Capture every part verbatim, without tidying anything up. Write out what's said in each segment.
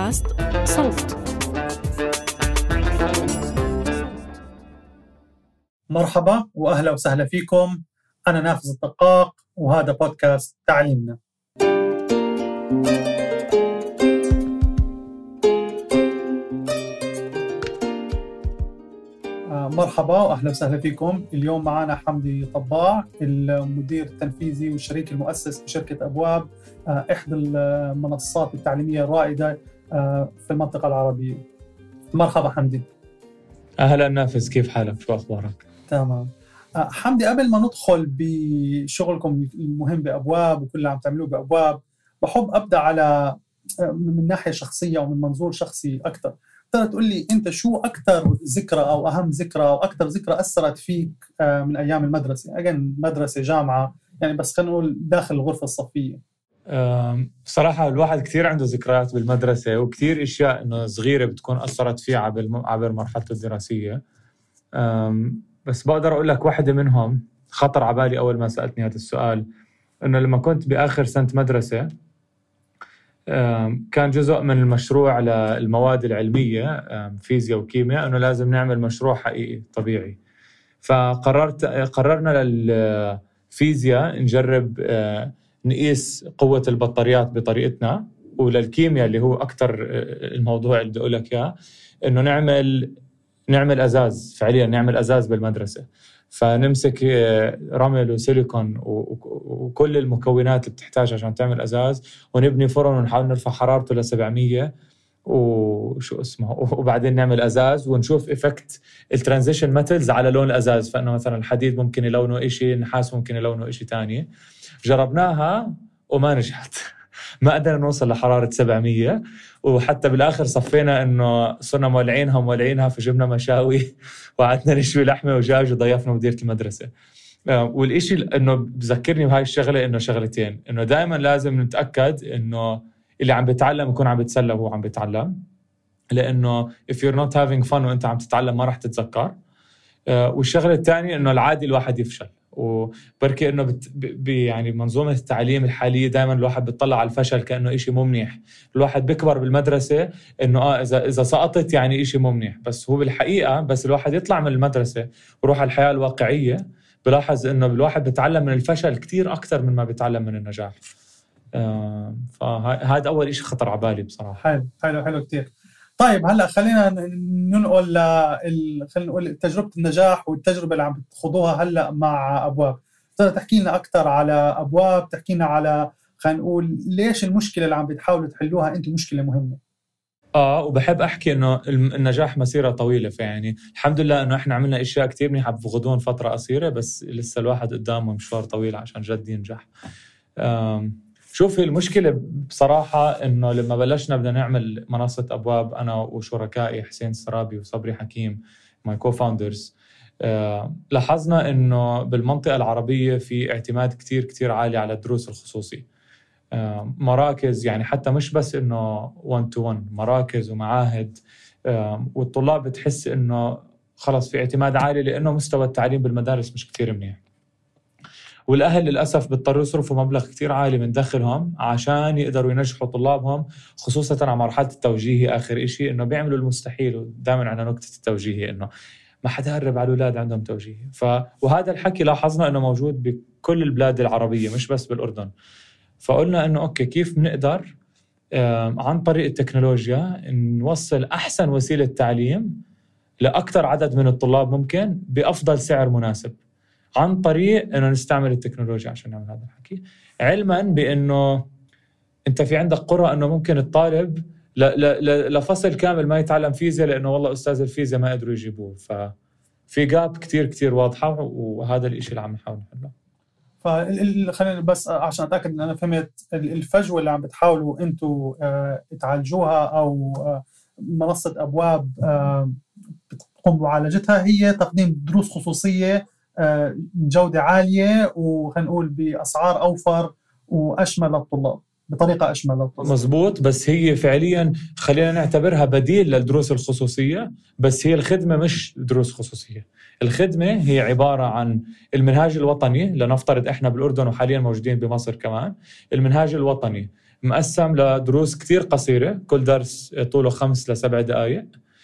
بودكاست صوت. مرحبا وأهلا وسهلا فيكم. أنا نافذ الدقاق وهذا بودكاست تعليمنا. مرحبا وأهلا وسهلا فيكم. اليوم معنا حمدي طباع، المدير التنفيذي والشريك المؤسس بشركة أبواب، إحدى المنصات التعليمية الرائدة في المنطقة العربية. مرحبا حمدي. أهلا نافذ، كيف حالك؟ شو أخبارك؟ تمام. حمدي، قبل ما ندخل بشغلكم المهم بأبواب وكل اللي عم تعملوه بأبواب، بحب أبدأ على من ناحية شخصية ومن منظور شخصي أكثر. ترى تقول لي أنت شو أكثر ذكرى أو أهم ذكرى أو أكثر ذكرى أثرت فيك من أيام المدرسة، أجن مدرسة جامعة يعني، بس خلينا نقول داخل الغرفة الصفية. بصراحة الواحد كتير عنده ذكريات بالمدرسة وكتير إشياء إنه صغيرة بتكون أثرت فيه عبر عبر مرحلته الدراسية. بس بقدر أقول لك واحدة منهم خطر على بالي أول ما سألتني هذا السؤال، إنه لما كنت بآخر سنة مدرسة كان جزء من المشروع للمواد العلمية فيزياء وكيمياء إنه لازم نعمل مشروع حقيقي طبيعي. فقررت قررنا للفيزياء نجرب نقيس قوة البطاريات بطريقتنا، وللكيمياء اللي هو أكتر الموضوع اللي بدي أقول لك إياه إنه نعمل نعمل أزاز، فعليا نعمل أزاز بالمدرسة. فنمسك رمل وسيليكون وكل المكونات اللي بتحتاجها عشان تعمل أزاز، ونبني فرن ونحاول نرفع حرارته لسبعمية وشو اسمه، وبعدين نعمل أزاز ونشوف إفكت الترانزيشن ميتالز على لون الأزاز. فإنه مثلا الحديد ممكن يلونه إشي، النحاس ممكن يلونه إشي تاني. جربناها وما نجحت ما قدرنا نوصل لحرارة سبعمية، وحتى بالآخر صفينا إنه صرنا مولعينها مولعينها فجبنا مشاوي وقعدنا نشوي لحمة ودجاج وضيفنا مديرة المدرسة. والإشي إنه بذكرني بهاي الشغلة إنه شغلتين، إنه دائما لازم نتأكد إنه اللي عم بيتعلم يكون عم بيتسلى وهو عم بيتعلم، لأنه if you're not having fun وإنت عم تتعلم ما راح تتذكر. والشغلة الثانية إنه العادي الواحد يفشل، وبركي إنه بت... ب... يعني منظومة التعليم الحالية دائما الواحد بيطلع على الفشل كأنه إشي ممنح. الواحد بيكبر بالمدرسة إنه آه إذا إذا سقطت يعني إشي ممنح، بس هو بالحقيقة بس الواحد يطلع من المدرسة ويروح على الحياة الواقعية بلاحظ إنه الواحد بيتعلم من الفشل كتير أكتر من ما بيتعلم من النجاح. آه فهذا أول إشي خطر على بالي بصراحة. حلو حلو حلو كتير. طيب هلا خلينا ننقل ل خلينا نقول تجربة النجاح والتجربة اللي عم تخوضوها هلا مع أبواب. تقدر تحكي لنا أكثر على أبواب، تحكي لنا على خلينا نقول ليش المشكلة اللي عم بتحاولوا تحلوها أنتم مشكلة مهمة؟ آه وبحب أحكي إنه النجاح مسيرة طويلة، فيعني الحمد لله إنه إحنا عملنا أشياء كتير منيحة بغضون فترة قصيرة، بس لسه الواحد قدامه مشوار طويل عشان جد ينجح. شوفي المشكلة بصراحة إنه لما بلشنا بدنا نعمل منصة أبواب أنا وشركائي حسين السرابي وصبري حكيم ماي كو فاوندرز، آه لاحظنا إنه بالمنطقة العربية في اعتماد كتير كتير عالي على الدروس الخصوصي. آه مراكز يعني حتى مش بس إنه one to one، مراكز ومعاهد، آه والطلاب بتحس إنه خلص في اعتماد عالي لأنه مستوى التعليم بالمدارس مش كتير منيح. والأهل للأسف بيضطروا يصرفوا مبلغ كتير عالي من دخلهم عشان يقدروا ينجحوا طلابهم، خصوصاً على مرحلة التوجيهي. آخر إشي إنه بيعملوا المستحيل، ودائماً عنا نكتة التوجيهي إنه ما حدا يقرب على الأولاد عندهم توجيهي. ف... وهذا الحكي لاحظنا إنه موجود بكل البلاد العربية مش بس بالأردن. فقلنا إنه أوكي كيف نقدر عن طريق التكنولوجيا نوصل أحسن وسيلة تعليم لأكثر عدد من الطلاب ممكن بأفضل سعر مناسب، عن طريق إنه نستعمل التكنولوجيا عشان نعمل هذا الحكي، علماً بإنه أنت في عندك قرى إنه ممكن الطالب ل ل لفصل كامل ما يتعلم فيزياء لأنه والله أستاذ الفيزياء ما قدروا يجيبوه. ففي جاب كتير كتير واضحة، وهذا الإشي اللي عم نحاول نحله. فخلينا بس عشان أتأكد إن أنا فهمت الفجوة اللي عم بتحاولوا أنتوا اه تعالجوها أو اه منصة أبواب اه بتقوم بمعالجتها، هي تقديم دروس خصوصية جودة عالية وخلينا نقول بأسعار أوفر وأشمل للطلاب بطريقة أشمل للطلاب. مزبوط، بس هي فعليا خلينا نعتبرها بديل للدروس الخصوصية، بس هي الخدمة مش دروس خصوصية. الخدمة هي عبارة عن المنهاج الوطني، لنفترض إحنا بالأردن وحاليا موجودين بمصر كمان. المنهاج الوطني مقسم لدروس كتير قصيرة، كل درس طوله خمس لسبع دقائق،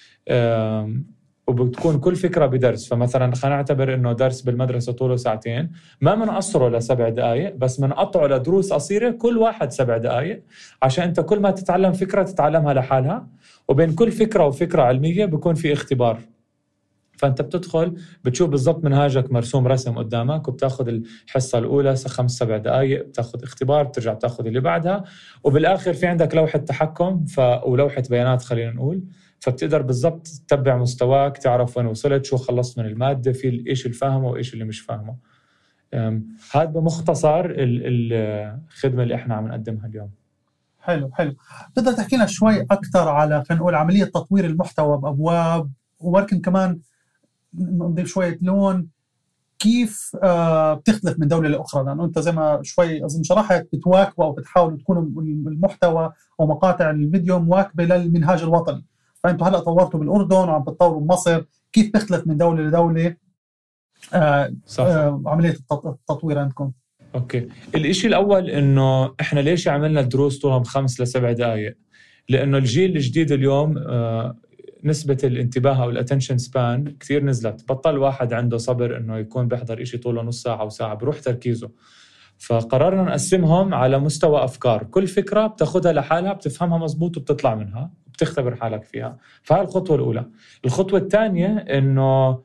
وبتكون كل فكرة بدرس. فمثلا خلينا نعتبر إنه درس بالمدرسة طوله ساعتين، ما منقصره لسبع دقائق بس منقطعه لدروس قصيرة كل واحد سبع دقائق، عشان أنت كل ما تتعلم فكرة تتعلمها لحالها، وبين كل فكرة وفكرة علمية بيكون في اختبار. فأنت بتدخل بتشوف بالضبط منهاجك مرسوم رسم قدامك، وبتاخد الحصة الأولى خمس سبع دقائق، بتاخد اختبار، بترجع بتاخد اللي بعدها، وبالآخر في عندك لوحة تحكم ف... ولوحة بيانات خلينا نقول، فبتقدر بالضبط تتبع مستواك، تعرف وين وصلت، شو خلصت من المادة، في إيش الفاهمه وإيش اللي مش فاهمه. هذا بمختصر الخدمة اللي إحنا عم نقدمها اليوم. حلو حلو. تقدر تحكي لنا شوي أكتر على خلينا نقول عملية تطوير المحتوى بأبواب، وممكن كمان نضيف شوية لون كيف آه بتختلف من دولة لأخرى، لأنه أنت زي ما شوي أظن شرحت بتواكبوا أو بتحاولوا تكونوا المحتوى أو مقاطع الفيديو مواكبة للمنهاج الوطني. فأنتوا هلأ طورتوا بالأردن وعم بتطوروا بمصر، كيف بتختلف من دولة لدولة آه آه عملية التطوير عندكم؟ أوكي، الإشي الأول إنه إحنا ليش عملنا الدروس طولهم خمس لسبع دقائق؟ لأنه الجيل الجديد اليوم آه نسبة الانتباه أو الاتنشن سبان كثير نزلت، بطل واحد عنده صبر إنه يكون بيحضر إشي طوله نص ساعة أو ساعة، بروح تركيزه. فقررنا نقسمهم على مستوى أفكار، كل فكرة بتاخدها لحالها، بتفهمها مزبوط وبتطلع منها، بتختبر حالك فيها. فهذه الخطوة الأولى. الخطوة الثانية إنه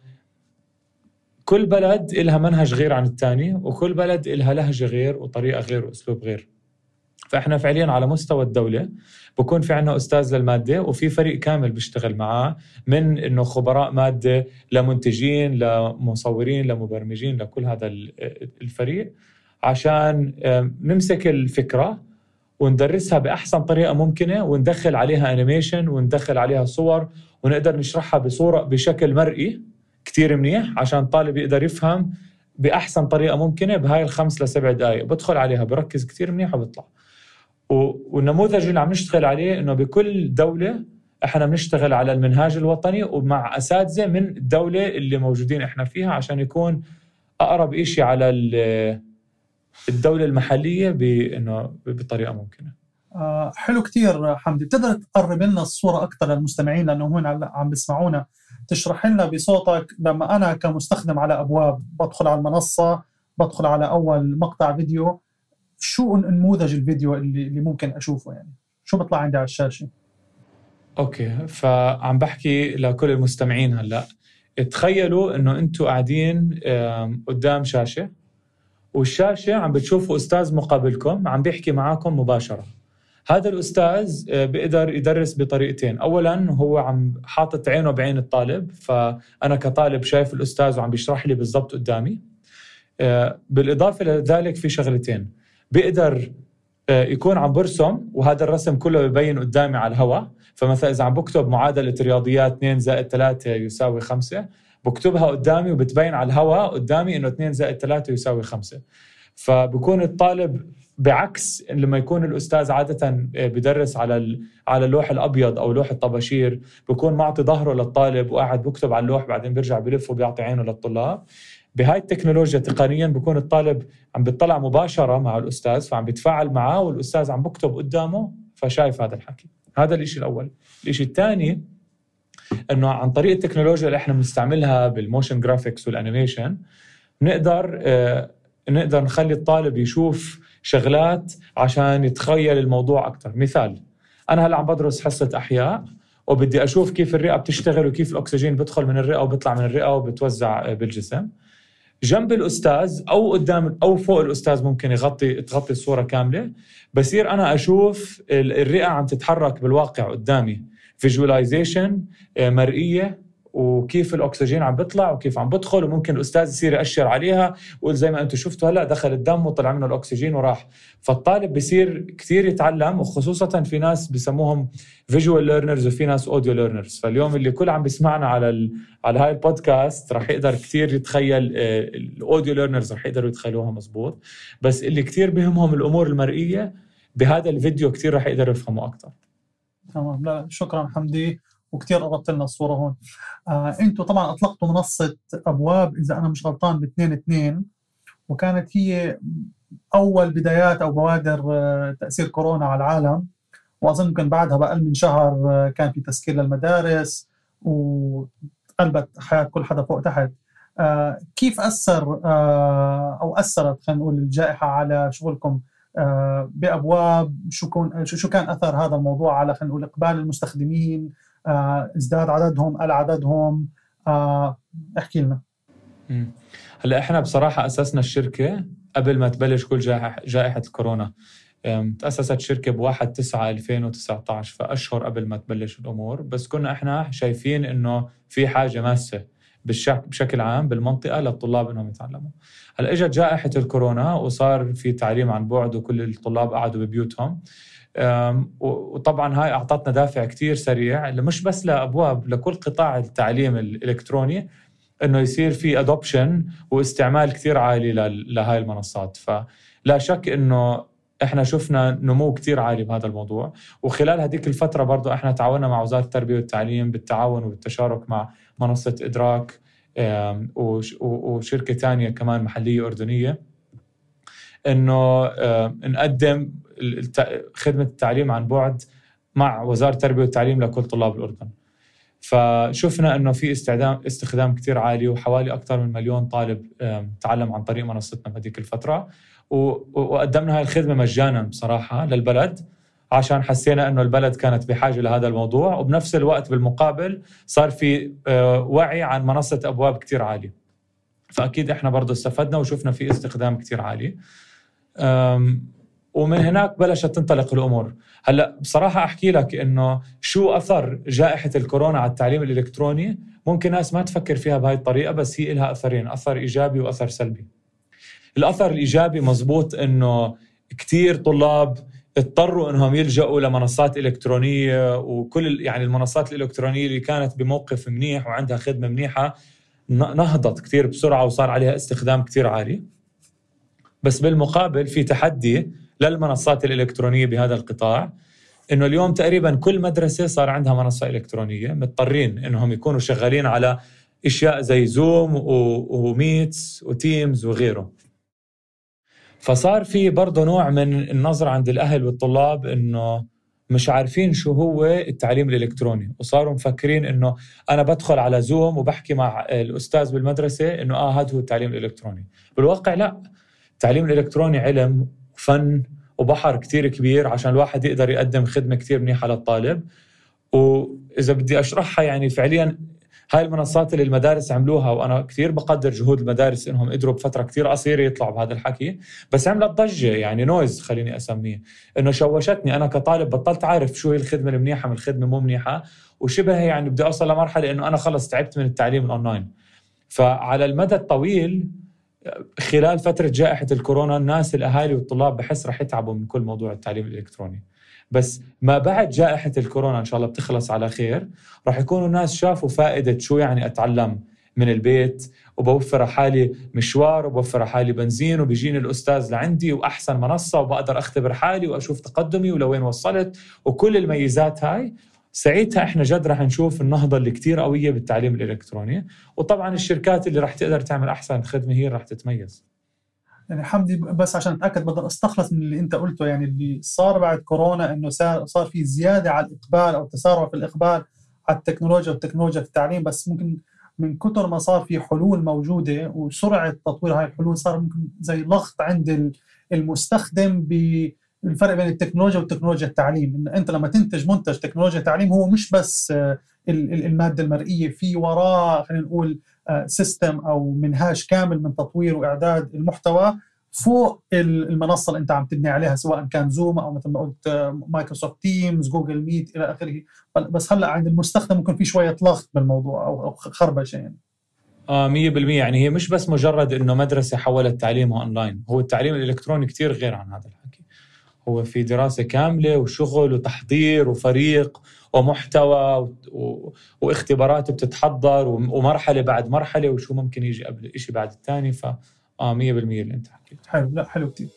كل بلد إلها منهج غير عن الثاني، وكل بلد إلها لهجة غير وطريقة غير وأسلوب غير. فإحنا فعلياً على مستوى الدولة بكون في عنا أستاذ للمادة، وفي فريق كامل بيشتغل معاه، من إنه خبراء مادة لمنتجين لمصورين لمبرمجين، لكل هذا الفريق، عشان نمسك الفكرة وندرسها بأحسن طريقة ممكنة، وندخل عليها أنيميشن، وندخل عليها صور، ونقدر نشرحها بصورة بشكل مرئي كتير منيح، عشان الطالب يقدر يفهم بأحسن طريقة ممكنة بهاي الخمس لسبع دقائق. بدخل عليها بركز كتير منيح وبطلع. والنموذج اللي عم نشتغل عليه إنه بكل دولة إحنا بنشتغل على المنهاج الوطني ومع أساتذة من الدولة اللي موجودين إحنا فيها، عشان يكون أقرب إشي على الدولة المحلية بإنه بطريقة ممكنة. آه حلو كتير حمدي. بتقدر تقرب لنا الصورة أكتر للمستمعين، لأنه هون عم بيسمعونا، تشرح لنا بصوتك لما أنا كمستخدم على أبواب بدخل على المنصة، بدخل على أول مقطع فيديو، شو نموذج الفيديو اللي, اللي ممكن أشوفه؟ يعني شو بطلع عندي على الشاشة؟ أوكي، فعم بحكي لكل المستمعين هلأ، تخيلوا إنه أنتوا قاعدين قدام شاشة، والشاشة عم بتشوفوا أستاذ مقابلكم عم بيحكي معاكم مباشرة. هذا الأستاذ بيقدر يدرس بطريقتين. أولاً هو عم حاطط عينه بعين الطالب، فأنا كطالب شايف الأستاذ وعم بيشرح لي بالضبط قدامي. بالإضافة لذلك في شغلتين، بيقدر يكون عم برسم، وهذا الرسم كله يبين قدامي على الهواء. فمثلا إذا عم بكتب معادلة رياضيات اثنين زائد ثلاثة يساوي خمسة، بكتبها قدامي وبتبين على الهواء قدامي إنه اثنين زائد ثلاثة يساوي خمسة. فبكون الطالب بعكس لما يكون الأستاذ عادة بدرس على على اللوح الأبيض أو لوح الطباشير، بكون معطي ظهره للطالب وقاعد بكتب على اللوح، بعدين بيرجع بلف وبيعطي عينه للطلاب. بهاي التكنولوجيا تقنيا بكون الطالب عم بيطلع مباشرة مع الأستاذ، فعم بيتفاعل معاه، والأستاذ عم بكتب قدامه فشايف هذا الحكي. هذا الإشي الأول. الإشي الثاني إنه عن طريق التكنولوجيا اللي إحنا بنستعملها بالموشن جرافيكس والأنيميشن، نقدر آه نقدر نخلي الطالب يشوف شغلات عشان يتخيل الموضوع أكتر. مثال، أنا هلأ عم بدرس حصة أحياء، وبدي أشوف كيف الرئة بتشتغل وكيف الأكسجين بدخل من الرئة وبيطلع من الرئة وبتوزع بالجسم. جنب الأستاذ أو قدام أو فوق الأستاذ ممكن يغطي تغطي الصورة كاملة، بصير أنا أشوف الرئة عم تتحرك بالواقع قدامي، فيجواليزيشن مرئية، وكيف الأكسجين عم بيطلع وكيف عم بدخل، وممكن الأستاذ يصير يأشر عليها ويقول زي ما أنتم شفتوا هلأ دخل الدم وطلع منه الأكسجين وراح. فالطالب بيصير كثير يتعلم، وخصوصا في ناس بيسموهم visual learners وفي ناس audio learners. فاليوم اللي كل عم بيسمعنا على ال على هاي البودكاست راح يقدر كثير يتخيل، الأوديو learners راح يقدروا يتخيلوها مزبوط، بس اللي كثير بهمهم الأمور المرئية بهذا الفيديو كثير راح يقدروا يفهموا أكتر. تمام، لا شكرا حمدي، وكتير قربت لنا الصورة هون. آه، انتوا طبعا اطلقتوا منصة ابواب اذا انا مش غلطان باثنين اثنين، وكانت هي أول بدايات أو بوادر تأثير كورونا على العالم. وأظن كان بعدها بأقل من شهر كان في تسكير للمدارس وقلبت حياة كل حدا فوق تحت. آه كيف أثر آه أو أثرت خلينا نقول الجائحة على شغلكم آه بأبواب؟ شو كون شو كان أثر هذا الموضوع على خلينا نقول إقبال المستخدمين؟ آه ازداد عددهم، قل عددهم؟ آه احكي لنا. هلا احنا بصراحة أسسنا الشركة قبل ما تبلش كل جائحة الكورونا. تأسست شركة بواحد تسعة ألفين وتسعة عشر، فأشهر قبل ما تبلش الأمور. بس كنا إحنا شايفين إنه في حاجة ماسة بشكل عام بالمنطقة للطلاب إنهم يتعلموا. هلا إجت جائحة الكورونا وصار في تعليم عن بعد وكل الطلاب قعدوا ببيوتهم. وطبعا هاي أعطتنا دافع كتير سريع، مش بس لأبواب، لكل قطاع التعليم الإلكتروني، إنه يصير في أدوبشن واستعمال كتير عالي لهاي المنصات. فلا شك إنه إحنا شفنا نمو كتير عالي بهذا الموضوع. وخلال هذيك الفترة برضو إحنا تعاوننا مع وزارة التربية والتعليم بالتعاون وبالتشارك مع منصة إدراك وشركة تانية كمان محلية أردنية، إنه نقدم خدمة التعليم عن بعد مع وزارة التربية والتعليم لكل طلاب الأردن. فشفنا إنه في استخدام استخدام كتير عالي، وحوالي أكثر من مليون طالب تعلم عن طريق منصتنا بهذيك الفترة. وقدمنا هاي الخدمة مجانا بصراحة للبلد، عشان حسينا إنه البلد كانت بحاجة لهذا الموضوع. وبنفس الوقت بالمقابل صار في وعي عن منصة أبواب كتير عالي، فأكيد إحنا برضو استفدنا وشفنا في استخدام كتير عالي. ومن هناك بلشت تنطلق الأمور. هلأ بصراحة أحكي لك إنه شو أثر جائحة الكورونا على التعليم الإلكتروني. ممكن ناس ما تفكر فيها بهاي الطريقة، بس هي إلها أثرين، أثر إيجابي وأثر سلبي. الأثر الإيجابي مزبوط إنه كتير طلاب اضطروا إنهم يلجأوا لمنصات إلكترونية، وكل يعني المنصات الإلكترونية اللي كانت بموقف منيح وعندها خدمة منيحة نهضت كتير بسرعة وصار عليها استخدام كتير عالي. بس بالمقابل في تحدي للمنصات الإلكترونية بهذا القطاع، إنه اليوم تقريبا كل مدرسة صار عندها منصة إلكترونية، مضطرين إنهم يكونوا شغالين على إشياء زي زوم وميتس وتيمز وغيره. فصار في برضه نوع من النظرة عند الأهل والطلاب إنه مش عارفين شو هو التعليم الإلكتروني، وصاروا مفكرين إنه أنا بدخل على زوم وبحكي مع الأستاذ بالمدرسة إنه آه هذا هو التعليم الإلكتروني. بالواقع لا، التعليم الإلكتروني علم وفن وبحر كتير كبير عشان الواحد يقدر يقدم خدمة كتير منيحة للطالب. وإذا بدي أشرحها، يعني فعلياً هاي المنصات اللي المدارس عملوها، وأنا كتير بقدر جهود المدارس إنهم قدروا بفترة كتير قصيرة يطلعوا بهذا الحكي، بس عملت ضجة، يعني نويز خليني أسميه، إنه شوشتني أنا كطالب. بطلت عارف شو هي الخدمة المنيحة من الخدمة مو منيحة، وشبه يعني بدي أوصل لمرحلة إنه أنا خلص تعبت من التعليم الأونلاين. فعلى المدى الطويل خلال فترة جائحة الكورونا الناس الأهالي والطلاب بحس رح يتعبوا من كل موضوع التعليم الإلكتروني. بس ما بعد جائحة الكورونا إن شاء الله بتخلص على خير، رح يكونوا الناس شافوا فائدة شو يعني أتعلم من البيت، وبوفر حالي مشوار وبوفر حالي بنزين، وبيجيني الأستاذ لعندي وأحسن منصة، وبقدر أختبر حالي وأشوف تقدمي ولوين وصلت وكل الميزات هاي. ساعتها إحنا جد رح نشوف النهضة اللي كتير قوية بالتعليم الإلكتروني. وطبعاً الشركات اللي رح تقدر تعمل أحسن خدمة هي رح تتميز. يعني حمدي، بس عشان أتأكد بدي أستخلص من اللي أنت قلته، يعني اللي صار بعد كورونا إنه صار صار في زيادة على الإقبال أو تسارع في الإقبال على التكنولوجيا والتكنولوجيا في التعليم، بس ممكن من كتر ما صار في حلول موجودة وسرعة تطوير هاي الحلول صار ممكن زي لغط عند المستخدم بالفرق بين التكنولوجيا والتكنولوجيا التعليم. إن أنت لما تنتج منتج تكنولوجيا تعليم هو مش بس المادة المرئية، في وراء خلينا نقول سيستم أو منهاج كامل من تطوير وإعداد المحتوى فوق المنصة اللي أنت عم تبني عليها، سواء كان زوم أو مثل ما قلت مايكروسوفت تيمز، جوجل ميت إلى آخره. بس هلأ عند المستخدم ممكن في شوية لغط بالموضوع أو خربشة يعني. آه مية بالمية. يعني هي مش بس مجرد إنه مدرسة حولت تعليمها أونلاين، هو التعليم الإلكتروني كتير غير عن هذا الحكي. هو في دراسة كاملة وشغل وتحضير وفريق ومحتوى و... و... واختبارات بتتحضر ومرحلة بعد مرحلة، وشو ممكن يجي قبل إشي بعد الثاني. ف آه مية بالمية اللي أنت حكيت. حلو، لا حلو كتير.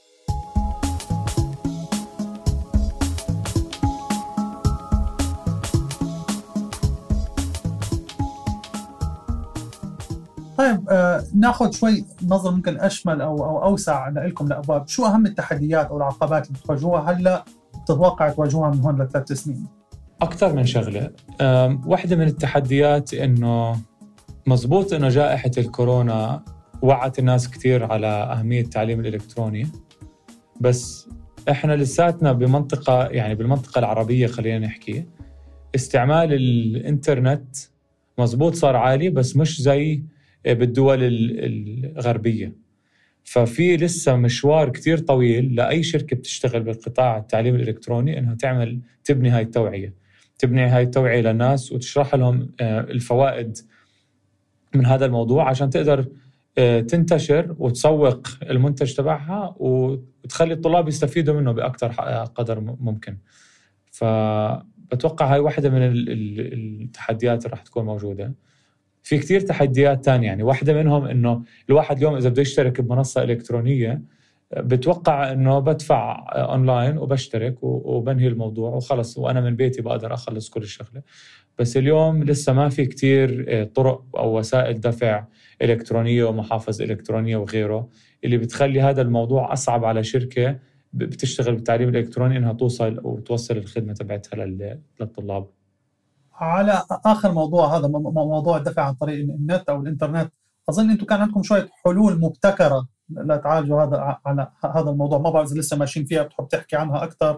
طيب آه ناخذ شوي نظرة ممكن أشمل أو أو أوسع لكم لأبواب. شو أهم التحديات أو العقبات اللي بتواجهوها هلا تتوقع تواجهوها من هون لثلاث سنين؟ أكثر من شغلة. واحدة من التحديات إنه مزبوط إنه جائحة الكورونا وعت الناس كتير على أهمية التعليم الإلكتروني، بس إحنا لساتنا بمنطقة يعني بالمنطقة العربية خلينا نحكي استعمال الإنترنت مزبوط صار عالي، بس مش زي بالدول الغربية. ففي لسه مشوار كتير طويل لأي شركة بتشتغل بالقطاع التعليم الإلكتروني إنها تعمل تبني هاي التوعية تبني هاي التوعية للناس وتشرح لهم الفوائد من هذا الموضوع عشان تقدر تنتشر وتسوق المنتج تبعها وتخلي الطلاب يستفيدوا منه بأكثر قدر ممكن. فبتوقع هاي واحدة من التحديات اللي راح تكون موجودة. في كتير تحديات تانية، يعني واحدة منهم إنه الواحد اليوم إذا بده يشترك بمنصة إلكترونية بتوقع إنه بدفع أونلاين وبشترك وبنهي الموضوع وخلص وأنا من بيتي بقدر أخلص كل الشغلة. بس اليوم لسه ما في كتير طرق أو وسائل دفع إلكترونية ومحافظ إلكترونية وغيره اللي بتخلي هذا الموضوع أصعب على شركة بتشتغل بالتعليم الإلكتروني إنها توصل وتوصل الخدمة تبعتها للطلاب. على آخر موضوع هذا موضوع الدفع عن طريق النت أو الإنترنت، أظن أنتم كان عندكم شوية حلول مبتكرة لتعالجوا هذا على هذا الموضوع. ما بعرف إذا لسه ماشيين فيها، بتحب تحكي عنها أكتر؟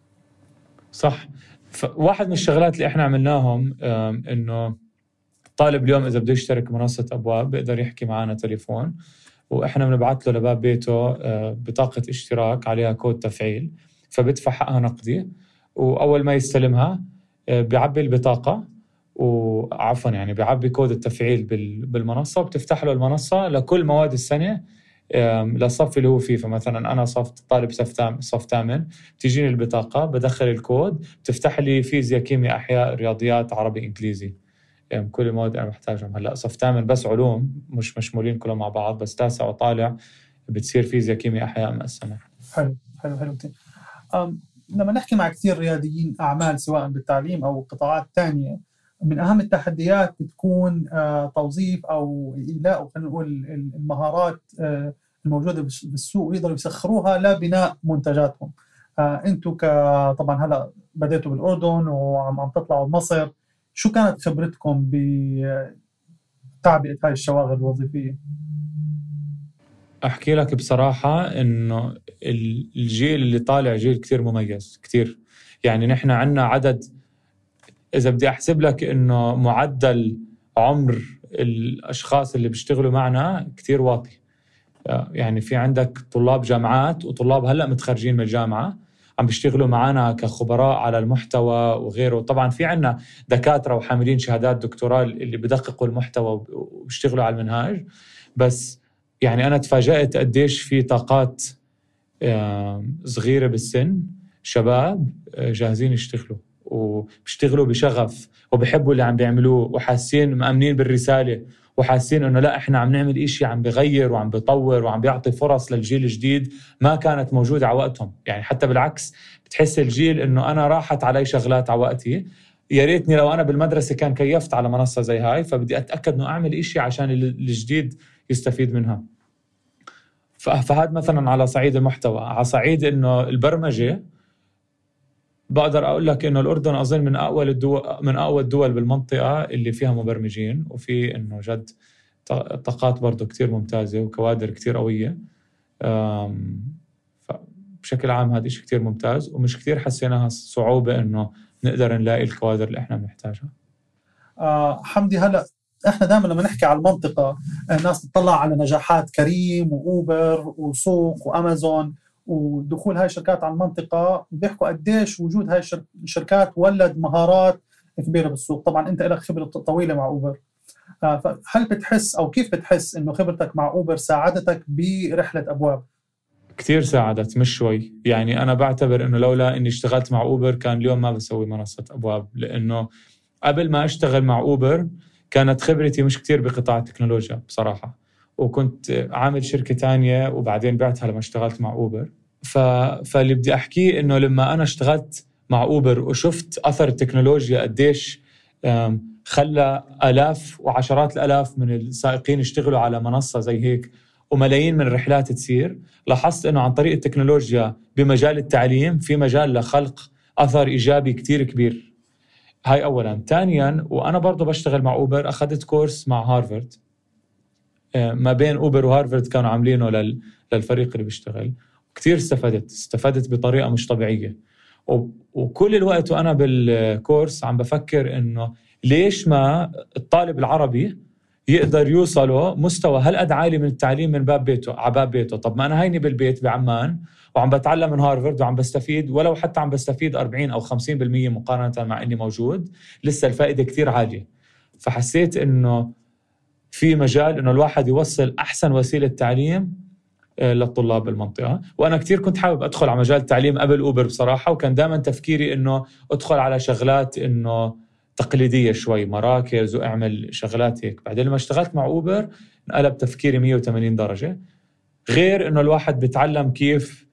صح. واحد من الشغلات اللي إحنا عملناهم إنه الطالب اليوم إذا بده يشترك منصة أبواب بيقدر يحكي معنا تليفون وإحنا بنبعث له لباب بيته بطاقة اشتراك عليها كود تفعيل، فبدفع حقها نقدي وأول ما يستلمها بيعبي البطاقة وعفوا يعني بيعبي كود التفعيل بالمنصة وبتفتح له المنصة لكل مواد السنة للصف اللي هو فيه. فمثلا أنا صف طالب صف ثامن تجيني البطاقة بدخل الكود بتفتح لي فيزياء كيمياء أحياء رياضيات عربي إنجليزي، يعني كل المواد أنا محتاجهم. هلأ صف ثامن بس علوم مش مشمولين كلهم مع بعض، بس تاسع وطالع بتصير فيزياء كيمياء أحياء مقسمة. حلو حلو حلو كتير. لما نحكي مع كثير رياديين أعمال سواء بالتعليم أو قطاعات تانية، من أهم التحديات بتكون توظيف أو إيلاء أو خلينا نقول المهارات الموجودة بالسوق ويقدروا يسخروها لبناء منتجاتهم. أنتوا طبعا هلا بديتوا بالأردن وعم تطلعوا مصر، شو كانت خبرتكم بتعبئة هاي الشواغل الوظيفية؟ أحكي لك بصراحة إنه الجيل اللي طالع جيل كتير مميز كتير. يعني نحن عنا عدد، إذا بدي أحسب لك إنه معدل عمر الأشخاص اللي بيشتغلوا معنا كتير واطي. يعني في عندك طلاب جامعات وطلاب هلأ متخرجين من الجامعة عم بيشتغلوا معنا كخبراء على المحتوى وغيره. طبعا في عنا دكاترة وحاملين شهادات دكتوراه اللي بدققوا المحتوى وبيشتغلوا على المنهاج. بس يعني أنا تفاجأت قديش في طاقات صغيرة بالسن شباب جاهزين يشتغلوا وبيشتغلوا بشغف وبيحبوا اللي عم بيعملوه وحاسين مأمنين بالرسالة وحاسين إنه لا إحنا عم نعمل إشي عم بغير وعم بيطور وعم بيعطي فرص للجيل الجديد ما كانت موجودة على وقتهم. يعني حتى بالعكس بتحس الجيل إنه أنا راحت علي شغلات على وقتي، يا ريتني لو أنا بالمدرسة كان كيفت على منصة زي هاي، فبدي أتأكد إنه أعمل إشي عشان الجديد يستفيد منها. فهذا مثلا على صعيد المحتوى. على صعيد إنه البرمجة بقدر أقول لك إنه الأردن أظن من أقوى الدول من أقوى الدول بالمنطقة اللي فيها مبرمجين، وفي إنه جد طاقات برضو كتير ممتازة وكوادر كتير قوية. بشكل عام هذا شيء كتير ممتاز ومش كتير حسيناها صعوبة إنه نقدر نلاقي الكوادر اللي إحنا بنحتاجها. آه حمدي، هلأ إحنا دائما لما نحكي على المنطقة الناس تطلع على نجاحات كريم وأوبر وسوق وأمازون ودخول هاي الشركات على المنطقة، بيحكوا قديش وجود هاي الشركات ولد مهارات كبيرة بالسوق. طبعا أنت لك خبرة طويلة مع أوبر، فهل بتحس أو كيف بتحس إنه خبرتك مع أوبر ساعدتك برحلة أبواب؟ كتير ساعدت مش شوي. يعني أنا بعتبر إنه لولا إني اشتغلت مع أوبر كان اليوم ما بسوي منصة أبواب، لأنه قبل ما أشتغل مع أوبر كانت خبرتي مش كتير بقطاع التكنولوجيا بصراحة، وكنت عامل شركة تانية وبعدين بعتها لما اشتغلت مع أوبر. ف... فاللي بدي أحكيه إنه لما أنا اشتغلت مع أوبر وشفت أثر التكنولوجيا قديش خلى آلاف وعشرات الآلاف من السائقين يشتغلوا على منصة زي هيك وملايين من الرحلات تصير. لاحظت أنه عن طريق التكنولوجيا بمجال التعليم في مجال لخلق أثر إيجابي كتير كبير. هاي أولاً. ثانياً، وأنا برضو بشتغل مع أوبر، أخذت كورس مع هارفارد، ما بين أوبر وهارفارد كانوا عاملينه للفريق اللي بيشتغل. كتير استفدت استفدت بطريقة مش طبيعية. وكل الوقت وأنا بالكورس عم بفكر إنه ليش ما الطالب العربي يقدر يوصله مستوى هالقد عالي من التعليم من باب بيته على باب بيته. طب ما أنا هيني بالبيت بعمان وعم بتعلم من هارفارد وعم بستفيد، ولو حتى عم بستفيد أربعين أو خمسين بالمية مقارنة مع إني موجود، لسه الفائدة كتير عالية. فحسيت إنه في مجال إنه الواحد يوصل أحسن وسيلة تعليم للطلاب بالمنطقة. وأنا كتير كنت حابب أدخل على مجال التعليم قبل أوبر بصراحة، وكان دائما تفكيري إنه أدخل على شغلات إنه تقليدية شوي، مراكز وأعمل شغلات هيك. بعدين لما اشتغلت مع أوبر انقلب تفكيري مية وثمانين درجة، غير إنه الواحد بيتعلم كيف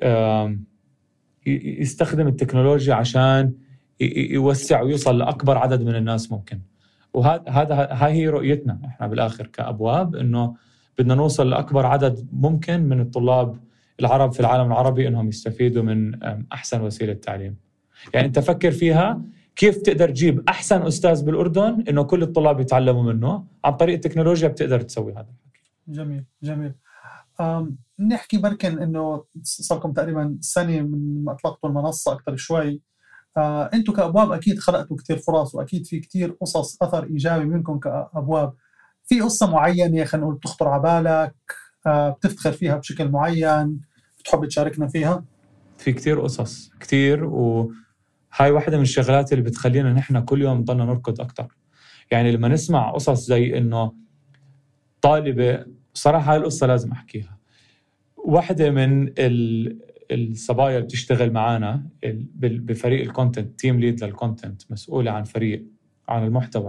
يستخدم التكنولوجيا عشان يوسع ويوصل لأكبر عدد من الناس ممكن. وهذا هذا هاي هي رؤيتنا إحنا بالآخر كأبواب، إنه بدنا نوصل لأكبر عدد ممكن من الطلاب العرب في العالم العربي إنهم يستفيدوا من أحسن وسيلة تعليم. يعني أنت فكر فيها، كيف تقدر تجيب أحسن أستاذ بالأردن إنه كل الطلاب يتعلموا منه؟ عن طريق التكنولوجيا بتقدر تسوي هذا. جميل جميل. نحكي بركن إنه صاركم تقريبا سنة من ما أطلقتوا المنصة أكثر شوي. آه، أنتوا كأبواب أكيد خلقتوا كتير فرص، وأكيد في كتير قصص أثر إيجابي منكم كأبواب. في قصة معينة خلينا نقول بتخطر على بالك، آه، بتفتخر فيها بشكل معين، بتحب تشاركنا فيها؟ في كتير قصص كتير، وهاي واحدة من الشغلات اللي بتخلينا نحن كل يوم نضلنا نركض أكتر. يعني لما نسمع قصص زي إنه طالبة، صراحة هاي القصة لازم أحكيها. واحدة من الصبايا اللي بتشتغل معانا بفريق الكونتنت، تيم ليد للكونتنت، مسؤولة عن فريق عن المحتوى،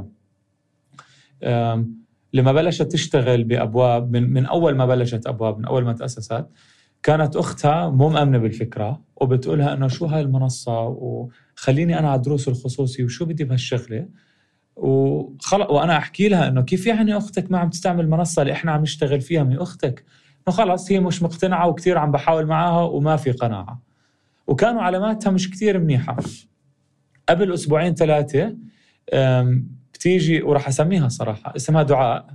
لما بلشت تشتغل بأبواب، من, من أول ما بلشت أبواب، من أول ما تأسست، كانت أختها مو مأمنة بالفكرة وبتقولها إنه شو هاي المنصة، وخليني أنا على الدروس الخصوصي، وشو بدي بهالشغلة. وخلق وأنا أحكي لها إنه كيف يعني أختك ما عم تستعمل المنصة اللي إحنا عم نشتغل فيها؟ من أختك. إنه خلاص هي مش مقتنعة، وكتير عم بحاول معاها وما في قناعة. وكانوا علاماتها مش كتير منيحة. قبل أسبوعين ثلاثة بتيجي، وراح أسميها صراحة، اسمها دعاء.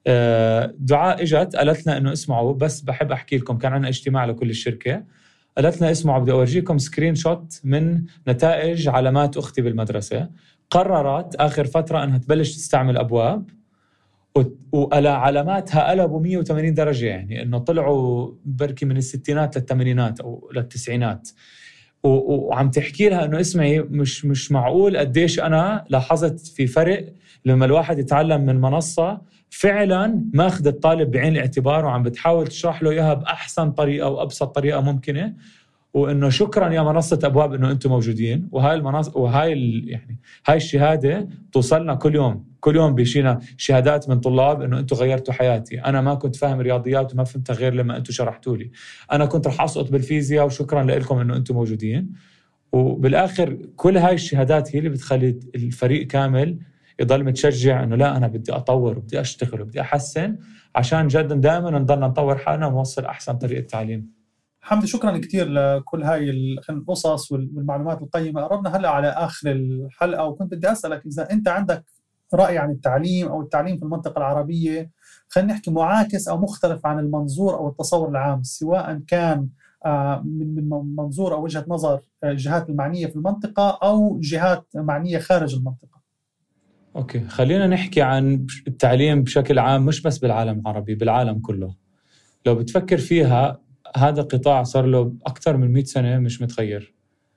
دعاء إجت قالت لنا إنه اسمعوا، بس بحب أحكي لكم، كان عندنا اجتماع لكل الشركة، قالت لنا اسمعوا بدي أورجيكم سكرين شوت من نتائج علامات أختي بالمدرسة. قررت آخر فترة أنها تبلش تستعمل أبواب، وعلى علاماتها قلبوا مية وثمانين درجة. يعني إنه طلعوا بركي من الستينات للثمانينات أو للتسعينات. وعم تحكي لها إنه اسمعي، مش مش معقول قديش أنا لاحظت في فرق لما الواحد يتعلم من منصة فعلا ما أخذ الطالب بعين الاعتبار، وعم بتحاول تشرح له إياها بأحسن طريقة وأبسط طريقة ممكنة. وإنه شكرا يا منصة أبواب إنه أنتم موجودين. وهاي المنصة وهاي ال... يعني هاي الشهادة توصلنا كل يوم كل يوم بيشينا شهادات من طلاب إنه أنتم غيرتوا حياتي. أنا ما كنت فاهم رياضيات وما فهمتها غير لما أنتم شرحتوا لي. أنا كنت رح أسقط بالفيزياء، وشكرا لكم إنه أنتم موجودين. وبالآخر كل هاي الشهادات هي اللي بتخلي الفريق كامل يضل متشجع إنه لا، أنا بدي أطور وبدي أشتغل وبدي أحسن، عشان جدا دائما نضلنا نطور حالنا ونوصل أحسن طريقة تعليم. حمدي، شكرا كتير لكل هاي القصص والمعلومات القيمة. قربنا هلأ على آخر الحلقة، وكنت بدي أسألك إذا أنت عندك رأي عن التعليم أو التعليم في المنطقة العربية، خلينا نحكي معاكس أو مختلف عن المنظور أو التصور العام، سواء كان من منظور أو وجهة نظر الجهات المعنية في المنطقة أو جهات معنية خارج المنطقة. أوكي، خلينا نحكي عن التعليم بشكل عام، مش بس بالعالم العربي، بالعالم كله. لو بتفكر فيها، هذا قطاع صار له أكثر من مئة سنة مش متغير.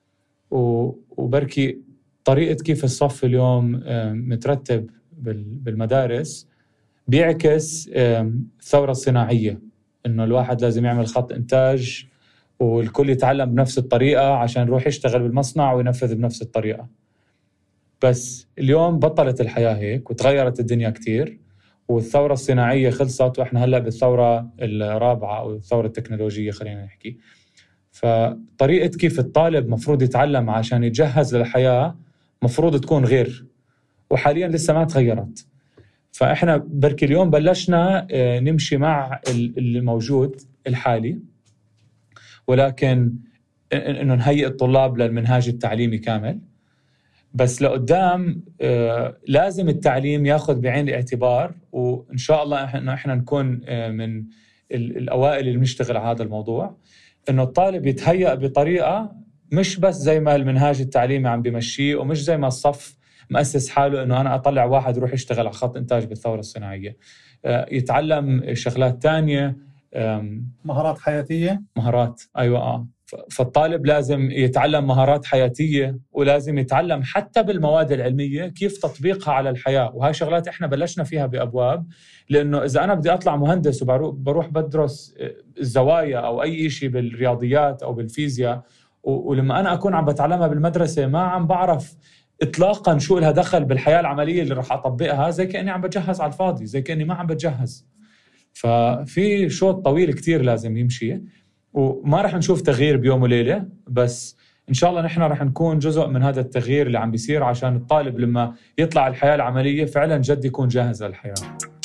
وبركي طريقة كيف الصف اليوم مترتب بالمدارس بيعكس الثورة الصناعية، إنه الواحد لازم يعمل خط إنتاج والكل يتعلم بنفس الطريقة عشان يروح يشتغل بالمصنع وينفذ بنفس الطريقة. بس اليوم بطلت الحياة هيك وتغيرت الدنيا كتير، والثورة الصناعية خلصت، وإحنا هلأ بالثورة الرابعة أو الثورة التكنولوجية خلينا نحكي. فطريقة كيف الطالب مفروض يتعلم عشان يتجهز للحياة مفروض تكون غير. وحاليا لسه ما تغيرت. فإحنا بركي اليوم بلشنا نمشي مع الموجود الحالي، ولكن إنه نهيئ الطلاب للمنهاج التعليمي كامل. بس لقدام لازم التعليم ياخذ بعين الاعتبار، وإن شاء الله إحنا إحنا نكون من الأوائل اللي بنشتغل على هذا الموضوع، إنه الطالب يتهيأ بطريقة مش بس زي ما المنهاج التعليمي عم بيمشيه، ومش زي ما الصف مؤسس حاله إنه أنا أطلع واحد يروح يشتغل على خط إنتاج بالثورة الصناعية. يتعلم شغلات تانية، مهارات حياتية. مهارات أيوة آه. فالطالب لازم يتعلم مهارات حياتية، ولازم يتعلم حتى بالمواد العلمية كيف تطبيقها على الحياة. وهاي شغلات إحنا بلشنا فيها بأبواب، لأنه إذا أنا بدي أطلع مهندس وبروح بدرس الزوايا أو أي شيء بالرياضيات أو بالفيزياء، ولما أنا أكون عم بتعلمها بالمدرسة ما عم بعرف إطلاقاً شو لها دخل بالحياة العملية اللي رح أطبقها، زي كأني عم بجهز على الفاضي، زي كأني ما عم بتجهز. ففي شوط طويل كتير لازم يمشي، وما رح نشوف تغيير بيوم وليلة، بس إن شاء الله نحن رح نكون جزء من هذا التغيير اللي عم بيصير، عشان الطالب لما يطلع الحياة العملية فعلاً جد يكون جاهز للحياة.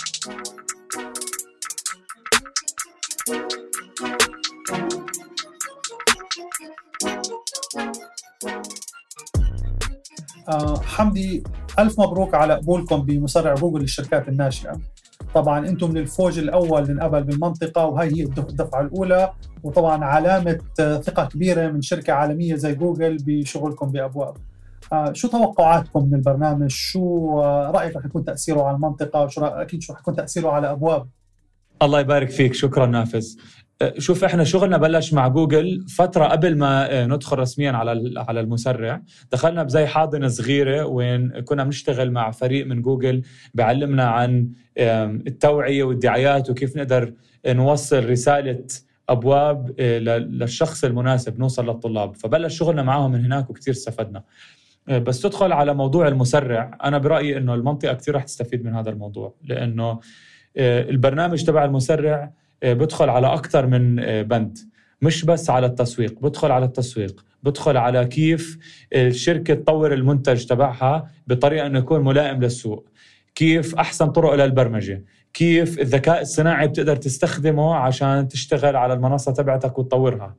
آه حمدي، ألف مبروك على قبولكم بمسرع جوجل للشركات الناشئة. طبعا أنتم من الفوج الأول اللي انقبل بالمنطقة، وهي هي الدفعة الأولى، وطبعا علامة ثقة كبيرة من شركة عالمية زي جوجل بشغلكم بأبواب. آه شو توقعاتكم من البرنامج؟ شو آه رأيك رح يكون تأثيره على المنطقة؟ وشو أكيد شو رح يكون تأثيره على أبواب؟ الله يبارك فيك، شكرا نافذ. شوف، احنا شغلنا بلش مع جوجل فترة قبل ما ندخل رسميا على على المسرع. دخلنا بزي حاضنة صغيرة وين كنا بنشتغل مع فريق من جوجل بيعلمنا عن التوعية والدعايات وكيف نقدر نوصل رسالة أبواب للشخص المناسب، نوصل للطلاب. فبلش شغلنا معهم من هناك وكتير استفدنا. بس تدخل على موضوع المسرع، أنا برأيي إنه المنطقة كتير رح تستفيد من هذا الموضوع، لأنه البرنامج تبع المسرع بدخل على أكثر من بند، مش بس على التسويق. بدخل على التسويق، بدخل على كيف الشركة تطور المنتج تبعها بطريقة أنه يكون ملائم للسوق، كيف أحسن طرق للبرمجة، كيف الذكاء الصناعي بتقدر تستخدمه عشان تشتغل على المنصة تبعتك وتطورها،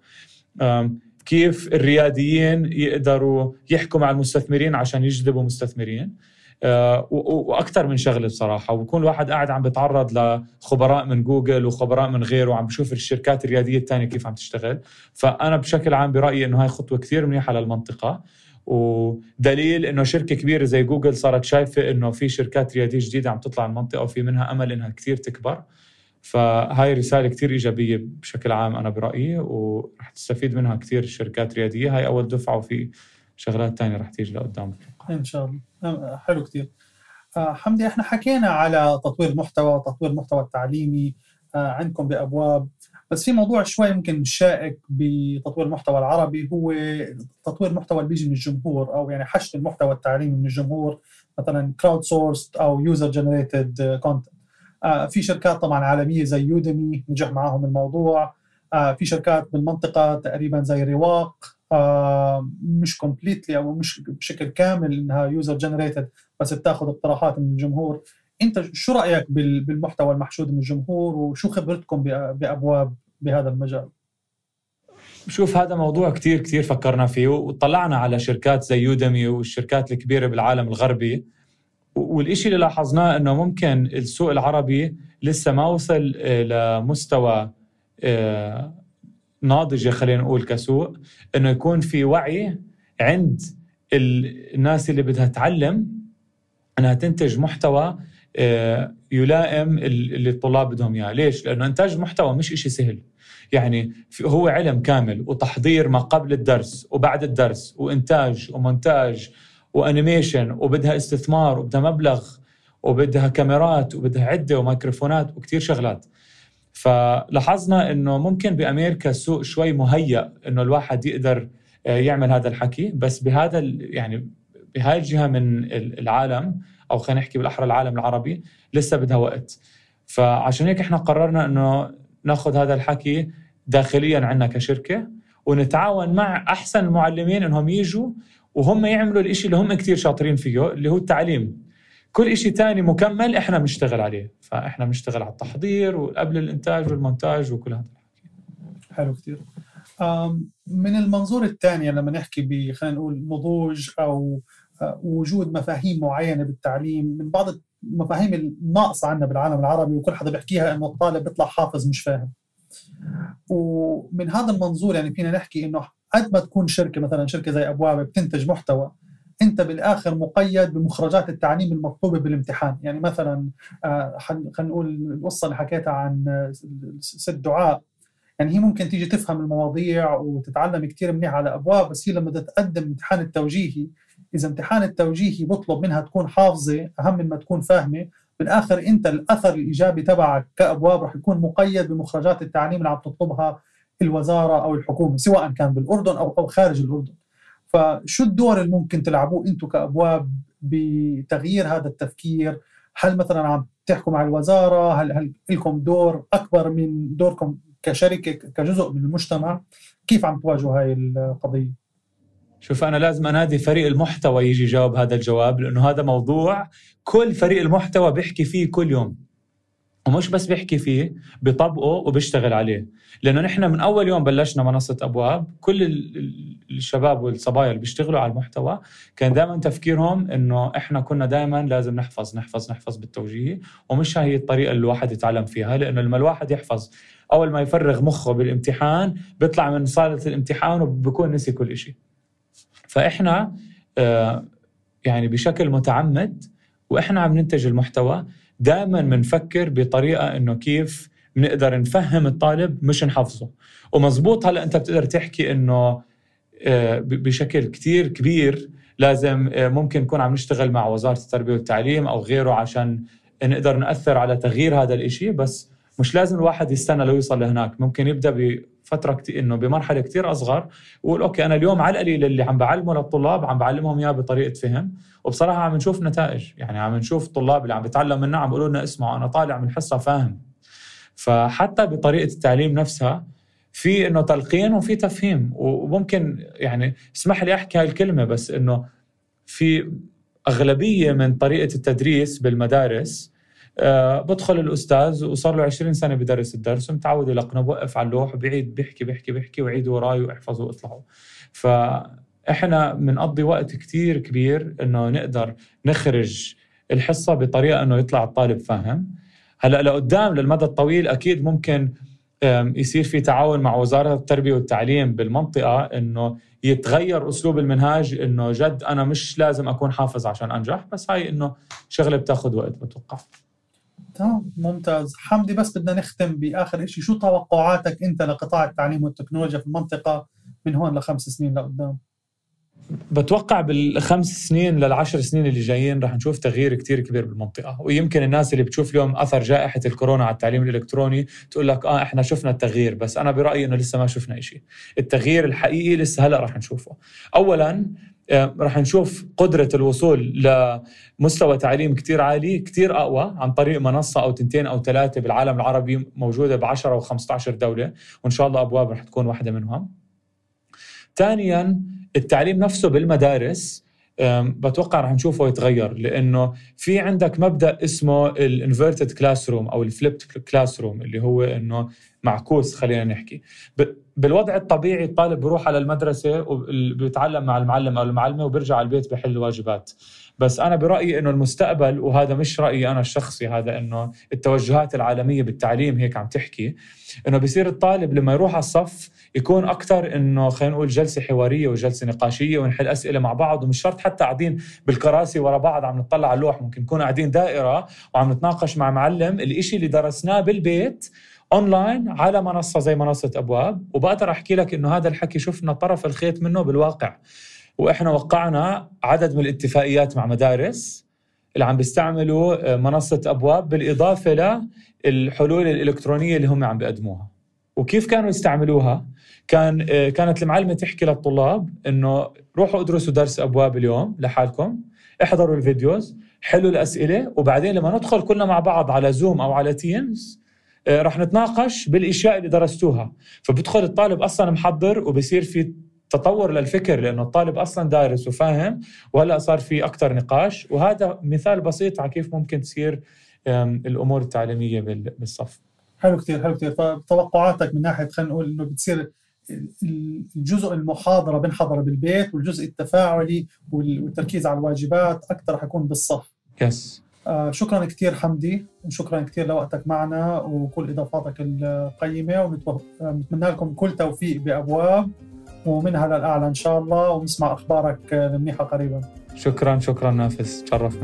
كيف الرياديين يقدروا يحكوا مع المستثمرين عشان يجذبوا مستثمرين، وأكثر من شغله بصراحة. ويكون الواحد قاعد عم بيتعرض لخبراء من جوجل وخبراء من غيره، وعم بشوف الشركات الريادية التانية كيف عم تشتغل. فأنا بشكل عام برأيي إنه هاي خطوة كثير منيحة للمنطقة، ودليل إنه شركة كبيرة زي جوجل صارت شايفة إنه في شركات ريادية جديدة عم تطلع المنطقة وفي منها أمل إنها كثير تكبر. فهاي رسالة كثير إيجابية بشكل عام أنا برأيي، ورح تستفيد منها كثير شركات ريادية. هاي أول دفعة، وفي شغلات تانية رح تيجي لقدام إن شاء الله. حلو كتير. آه حمدي، إحنا حكينا على تطوير محتوى، تطوير محتوى التعليمي آه عندكم بأبواب، بس في موضوع شوي ممكن شائك بتطوير المحتوى العربي، هو تطوير محتوى اللي بيجي من الجمهور، أو يعني حشد المحتوى التعليمي من الجمهور، مثلا crowd sourced أو user generated content. آه في شركات طبعا عالمية زي يوديمي نجح معاهم الموضوع. آه في شركات بالمنطقة تقريبا زي رواق، آه مش كومبليتلي أو مش بشكل كامل إنها يوزر جنريتد، بس بتاخذ اقتراحات من الجمهور. أنت شو رأيك بالمحتوى المحشود من الجمهور، وشو خبرتكم بأبواب بهذا المجال؟ شوف، هذا موضوع كتير كتير فكرنا فيه، وطلعنا على شركات زي يوديمي والشركات الكبيرة بالعالم الغربي. والإشي اللي لاحظناه إنه ممكن السوق العربي لسه ما وصل لمستوى آه ناضجة، خلينا نقول كسوق، إنه يكون في وعي عند الناس اللي بدها تعلم أنها تنتج محتوى يلائم اللي الطلاب بدهم إياه. ليش؟ لأنه إنتاج محتوى مش إشي سهل، يعني هو علم كامل، وتحضير ما قبل الدرس وبعد الدرس، وإنتاج ومونتاج وأنيميشن، وبدها استثمار، وبدها مبلغ، وبدها كاميرات، وبدها عدة وميكروفونات وكتير شغلات. فلاحظنا إنه ممكن بأمريكا السوق شوي مهيأ إنه الواحد يقدر يعمل هذا الحكي، بس بهذا يعني بهاي الجهة من العالم، أو خلينا نحكي بالأحرى العالم العربي، لسه بدها وقت. فعشان هيك إحنا قررنا إنه ناخد هذا الحكي داخليا عنا كشركة، ونتعاون مع أحسن المعلمين إنهم يجوا وهم يعملوا الإشي اللي هم كتير شاطرين فيه، اللي هو التعليم. كل إشي تاني مكمل إحنا بنشتغل عليه. فإحنا بنشتغل على التحضير وقبل الإنتاج والمونتاج وكل هذا. حلو كتير. من المنظور الثاني لما نحكي ب خلينا نقول نضوج أو وجود مفاهيم معينة بالتعليم، من بعض المفاهيم الناقصة عندنا بالعالم العربي وكل حدا بيحكيها إنه الطالب بيطلع حافظ مش فاهم. ومن هذا المنظور يعني فينا نحكي إنه قد ما تكون شركة مثلا شركة زي أبواب بتنتج محتوى، أنت بالآخر مقيد بمخرجات التعليم المطلوبة بالامتحان. يعني مثلا خلينا نقول القصة اللي حكيتها عن ست دعاء، يعني هي ممكن تيجي تفهم المواضيع وتتعلم كتير منيح على أبواب، بس هي لما تتقدم امتحان التوجيهي، إذا امتحان التوجيهي بطلب منها تكون حافظة أهم من ما تكون فاهمة، بالآخر أنت الأثر الإيجابي تبعك كأبواب رح يكون مقيد بمخرجات التعليم اللي عم تطلبها الوزارة أو الحكومة، سواء كان بالأردن أو أو خارج الأردن. فشو الدور اللي ممكن تلعبوه أنتم كأبواب بتغيير هذا التفكير؟ هل مثلا عم تحكوا مع الوزارة؟ هل هل لكم دور أكبر من دوركم كشركة كجزء من المجتمع؟ كيف عم تواجهوا هاي القضية؟ شوف، أنا لازم أنادي فريق المحتوى يجي يجاوب هذا الجواب، لأنه هذا موضوع كل فريق المحتوى بيحكي فيه كل يوم، ومش بس بيحكي فيه، بيطبقه وبيشتغل عليه. لأنه نحن من أول يوم بلشنا منصة أبواب، كل الشباب والصبايا اللي بيشتغلوا على المحتوى كان دائما تفكيرهم إنه إحنا كنا دائما لازم نحفظ نحفظ نحفظ بالتوجيه، ومش هي الطريقة اللي الواحد يتعلم فيها. لأنه لما الواحد يحفظ أول ما يفرغ مخه بالامتحان بيطلع من صالة الامتحان وبيكون نسي كل إشي. فإحنا آه يعني بشكل متعمد وإحنا عم ننتج المحتوى دائما منفكر بطريقة إنه كيف بنقدر نفهم الطالب مش نحفظه. ومزبوط، هلأ أنت بتقدر تحكي إنه آه بشكل كتير كبير لازم آه ممكن نكون عم نشتغل مع وزارة التربية والتعليم أو غيره عشان نقدر نأثر على تغيير هذا الإشي، بس مش لازم الواحد يستنى لو يوصل لهناك. ممكن يبدأ بفترة كتير إنه بمرحلة كتير أصغر ويقول أوكي أنا اليوم على القليل اللي عم بعلمه للطلاب عم بعلمهم إياه بطريقة فهم، وبصراحة عم نشوف نتائج. يعني عم نشوف طلاب اللي عم بتعلم منا عم بيقولوا لنا اسمعوا أنا طالع من الحصة فاهم. فحتى بطريقة التعليم نفسها في إنه تلقين وفي تفهيم. وممكن يعني اسمح لي أحكي هاي الكلمة، بس إنه في أغلبية من طريقة التدريس بالمدارس أه بدخل الأستاذ وصار له عشرين سنة بدرس الدرس ومتعود يلقنه، بوقف على اللوح وبيعيد بيحكي بيحكي بيحكي وعيد وراي واحفظوا واطلعوا. فإحنا بنقضي وقت كتير كبير إنه نقدر نخرج الحصة بطريقة إنه يطلع الطالب فاهم. هلأ لقدام للمدى الطويل أكيد ممكن يصير في تعاون مع وزارة التربية والتعليم بالمنطقة إنه يتغير أسلوب المنهاج، إنه جد أنا مش لازم أكون حافظ عشان أنجح، بس هاي إنه شغلة بتاخد وقت بتوقع. تمام، ممتاز. حمدي، بس بدنا نختم بآخر إشي، شو توقعاتك أنت لقطاع التعليم والتكنولوجيا في المنطقة من هون لخمس سنين لقدام؟ بتوقع بالخمس سنين للعشر سنين اللي جايين رح نشوف تغيير كتير كبير بالمنطقة. ويمكن الناس اللي بتشوف اليوم أثر جائحة الكورونا على التعليم الإلكتروني تقول لك آه إحنا شفنا التغيير، بس أنا برأيي إنه لسه ما شفنا إشي. التغيير الحقيقي لسه هلأ رح نشوفه. أولاً رح نشوف قدرة الوصول لمستوى تعليم كتير عالي كتير أقوى عن طريق منصة أو تنتين أو ثلاثة بالعالم العربي موجودة بعشرة أو خمسة عشر دولة، وإن شاء الله أبواب رح تكون واحدة منهم. ثانياً التعليم نفسه بالمدارس بتوقع رح نشوفه يتغير، لأنه في عندك مبدأ اسمه الانفيرتد كلاس روم أو الفليبت كلاس روم، اللي هو إنه معكوس. خلينا نحكي بالوضع الطبيعي الطالب بيروح على المدرسة وبيتعلم مع المعلم أو المعلمة وبيرجع على البيت بيحل واجبات. بس أنا برأيي إنه المستقبل، وهذا مش رأيي أنا الشخصي، هذا إنه التوجهات العالمية بالتعليم هيك عم تحكي، إنه بيصير الطالب لما يروح على الصف يكون أكتر إنه خلينا نقول جلسة حوارية وجلسة نقاشية ونحل أسئلة مع بعض، ومش شرط حتى قاعدين بالكراسي ورا بعض عم نطلع على اللوح، ممكن نكون قاعدين دائرة وعم نتناقش مع معلم الإشي اللي درسناه بالبيت أونلاين على منصة زي منصة أبواب. وبقدر أحكي لك إنه هذا الحكي شفنا طرف الخيط منه بالواقع، وإحنا وقعنا عدد من الاتفاقيات مع مدارس اللي عم بيستعملوا منصة أبواب بالإضافة للحلول الإلكترونية اللي هم عم بيقدموها. وكيف كانوا يستعملوها؟ كان كانت المعلمة تحكي للطلاب إنه روحوا ادرسوا درس أبواب اليوم لحالكم، احضروا الفيديوز، حلوا الأسئلة، وبعدين لما ندخل كلنا مع بعض على زوم أو على تيمز رح نتناقش بالاشياء اللي درستوها. فبدخل الطالب اصلا محضر وبصير في تطور للفكر، لأنه الطالب أصلا دارس وفاهم، وهلأ صار في أكتر نقاش. وهذا مثال بسيط على كيف ممكن تصير الأمور التعليمية بالصف. حلو كتير، حلو كتير. توقعاتك من ناحية خلينا نقول إنه بتصير الجزء المحاضرة بنحضر بالبيت، والجزء التفاعلي والتركيز على الواجبات أكتر حيكون بالصف. يس. آه شكرا كتير حمدي، وشكرا كتير لوقتك معنا وكل إضافاتك القيمة، ونتمنى لكم كل توفيق بأبواب ومنها للأعلى إن شاء الله، ونسمع أخبارك المنيحة قريبا. شكرا شكرا نافس، تشرفنا.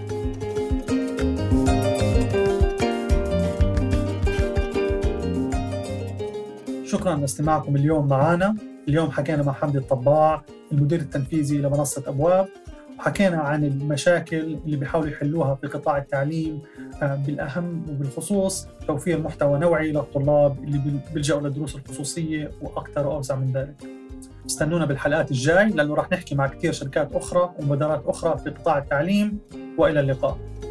شكرا لاستماعكم اليوم معنا. اليوم حكينا مع حمدي الطباع، المدير التنفيذي لمنصة أبواب، وحكينا عن المشاكل اللي بيحاولوا يحلوها في قطاع التعليم، بالأهم وبالخصوص توفير محتوى نوعي للطلاب اللي بيلجأوا للدروس الخصوصية وأكثر وأوسع من ذلك. استنونا بالحلقات الجاي، لأنه راح نحكي مع كتير شركات أخرى ومبادرات أخرى في قطاع التعليم. وإلى اللقاء.